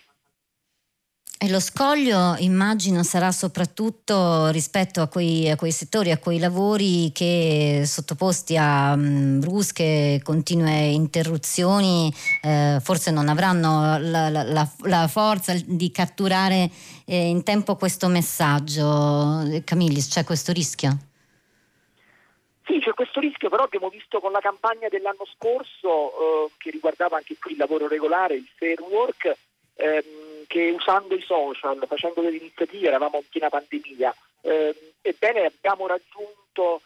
E lo scoglio, immagino, sarà soprattutto rispetto a quei, a quei settori, a quei lavori che, sottoposti a mh, brusche, continue interruzioni, eh, forse non avranno la, la, la, la forza di catturare eh, in tempo questo messaggio. Camillis, c'è questo rischio? Sì, c'è questo rischio, però abbiamo visto con la campagna dell'anno scorso, eh, che riguardava anche qui il lavoro regolare, il fair work, ehm, che usando i social, facendo delle iniziative, eravamo in piena pandemia, eh, ebbene abbiamo raggiunto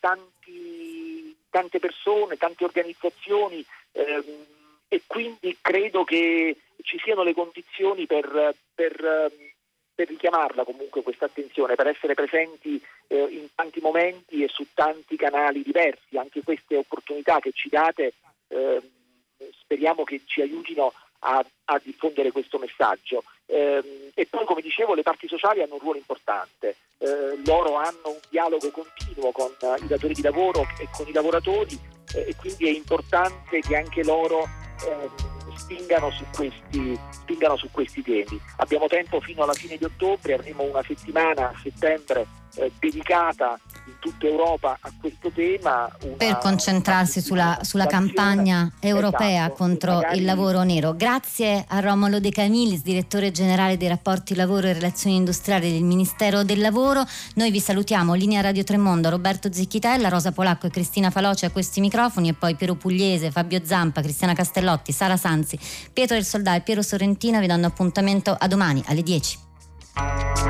tanti, tante persone, tante organizzazioni, ehm, e quindi credo che ci siano le condizioni per, per, per richiamarla comunque questa attenzione, per essere presenti eh, in tanti momenti e su tanti canali diversi. Anche queste opportunità che ci date eh, speriamo che ci aiutino A, a diffondere questo messaggio. Eh, e poi, come dicevo, le parti sociali hanno un ruolo importante, eh, loro hanno un dialogo continuo con uh, i datori di lavoro e con i lavoratori, eh, e quindi è importante che anche loro eh, spingano su questi spingano su questi temi. Abbiamo tempo fino alla fine di ottobre, avremo una settimana a settembre eh, dedicata in tutta Europa a questo tema, una, per concentrarsi sulla, sulla campagna europea, esatto, contro magari il lavoro nero. Grazie a Romolo De Camillis, direttore generale dei rapporti lavoro e relazioni industriali del Ministero del Lavoro. Noi vi salutiamo, linea Radio Tremondo, Roberto Zicchitella, Rosa Polacco e Cristina Faloci a questi microfoni, e poi Piero Pugliese, Fabio Zampa, Cristiana Castellotti, Sara Sanzi, Pietro del Soldà e Piero Sorrentino vi danno appuntamento a domani alle dieci.